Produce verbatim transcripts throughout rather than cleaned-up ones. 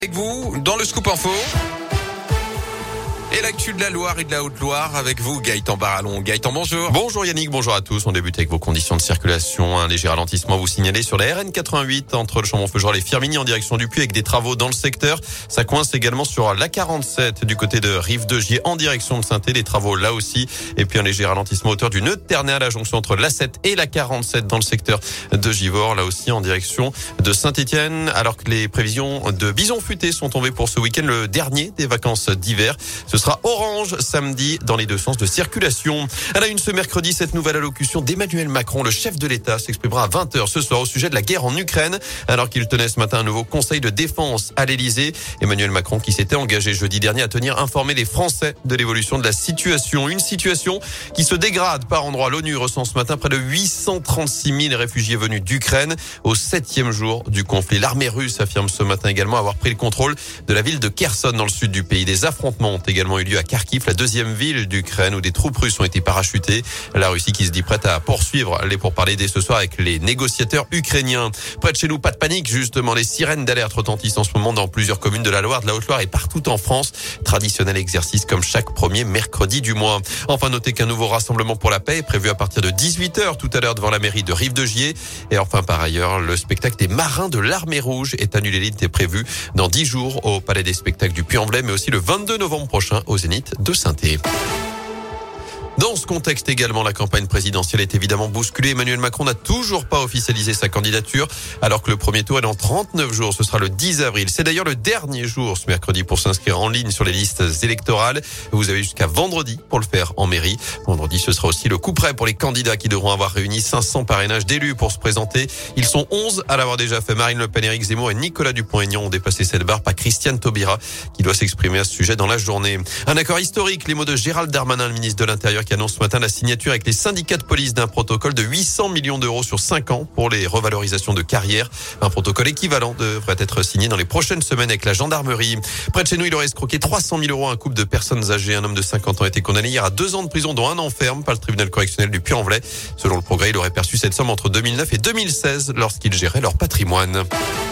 Avec vous, dans le Scoop Info. Et l'actu de la Loire et de la Haute-Loire avec vous, Gaëtan Barallon. Gaëtan, bonjour. Bonjour Yannick, bonjour à tous. On débute avec vos conditions de circulation. Un léger ralentissement vous signalez sur la R N quatre-vingt-huit entre le Chambon-Feugerolles et Firminy en direction du Puy avec des travaux dans le secteur. Ça coince également sur la quarante-sept du côté de Rive-de-Gier en direction de Saint-Étienne. Les travaux là aussi. Et puis un léger ralentissement à hauteur du nœud de Ternay à la jonction entre l'A sept et la quarante-sept dans le secteur de Givors. Là aussi en direction de Saint-Étienne. Alors que les prévisions de bison futé sont tombées pour ce week-end, le dernier des vacances d'hiver. Ce sera orange samedi dans les deux sens de circulation. À la une ce mercredi, cette nouvelle allocution d'Emmanuel Macron, le chef de l'État, s'exprimera à vingt heures ce soir au sujet de la guerre en Ukraine, alors qu'il tenait ce matin un nouveau conseil de défense à l'Élysée. Emmanuel Macron qui s'était engagé jeudi dernier à tenir informer les Français de l'évolution de la situation. Une situation qui se dégrade par endroits. L'ONU recense ce matin près de huit cent trente-six mille réfugiés venus d'Ukraine au septième jour du conflit. L'armée russe affirme ce matin également avoir pris le contrôle de la ville de Kherson dans le sud du pays. Des affrontements ont également eu lieu à Kharkiv, la deuxième ville d'Ukraine où des troupes russes ont été parachutées. La Russie qui se dit prête à poursuivre les pourparlers dès ce soir avec les négociateurs ukrainiens. Près de chez nous, pas de panique justement. Les sirènes d'alerte retentissent en ce moment dans plusieurs communes de la Loire, de la Haute-Loire et partout en France. Traditionnel exercice comme chaque premier mercredi du mois. Enfin, notez qu'un nouveau rassemblement pour la paix est prévu à partir de dix-huit heures tout à l'heure devant la mairie de Rive-de-Gier. Et enfin, par ailleurs, le spectacle des marins de l'Armée Rouge est annulé. Il était prévu dans dix jours au Palais des Spectacles du Puy-en-Velay, mais aussi le vingt-deux novembre prochain au Zénith de Saint-Étienne. Dans ce contexte également, la campagne présidentielle est évidemment bousculée. Emmanuel Macron n'a toujours pas officialisé sa candidature, alors que le premier tour est dans trente-neuf jours. Ce sera le dix avril. C'est d'ailleurs le dernier jour ce mercredi pour s'inscrire en ligne sur les listes électorales. Vous avez jusqu'à vendredi pour le faire en mairie. Vendredi, ce sera aussi le coup près pour les candidats qui devront avoir réuni cinq cents parrainages d'élus pour se présenter. Ils sont onze à l'avoir déjà fait. Marine Le Pen, Éric Zemmour et Nicolas Dupont-Aignan ont dépassé cette barre. Pas Christiane Taubira qui doit s'exprimer à ce sujet dans la journée. Un accord historique. Les mots de Gérald Darmanin, le ministre de l'Intérieur, qui annonce ce matin la signature avec les syndicats de police d'un protocole de huit cents millions d'euros sur cinq ans pour les revalorisations de carrière. Un protocole équivalent devrait être signé dans les prochaines semaines avec la gendarmerie. Près de chez nous, il aurait escroqué trois cent mille euros à un couple de personnes âgées. Un homme de cinquante ans a été condamné hier à deux ans de prison, dont un an ferme par le tribunal correctionnel du Puy-en-Velay. Selon le Progrès, il aurait perçu cette somme entre deux mille neuf et deux mille seize lorsqu'il gérait leur patrimoine.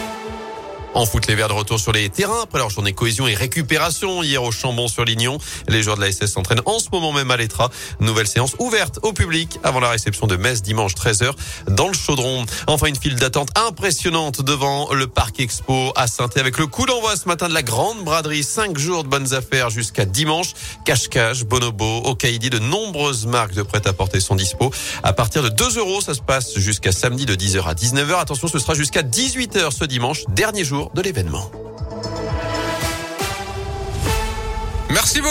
En foot, les Verts de retour sur les terrains après leur journée cohésion et récupération hier au Chambon-sur-Lignon. Les joueurs de la S S s'entraînent en ce moment même à l'Étra. Nouvelle séance ouverte au public avant la réception de Metz dimanche treize heures dans le Chaudron. Enfin, une file d'attente impressionnante devant le Parc Expo à Saint-Étienne avec le coup d'envoi ce matin de la grande braderie. Cinq jours de bonnes affaires jusqu'à dimanche. Cache-cache, Bonobo, Okaïdi, de nombreuses marques de prêt-à-porter sont dispo. À partir de deux euros, ça se passe jusqu'à samedi de dix heures à dix-neuf heures. Attention, ce sera jusqu'à dix-huit heures ce dimanche, dernier jour de l'événement. Merci beaucoup.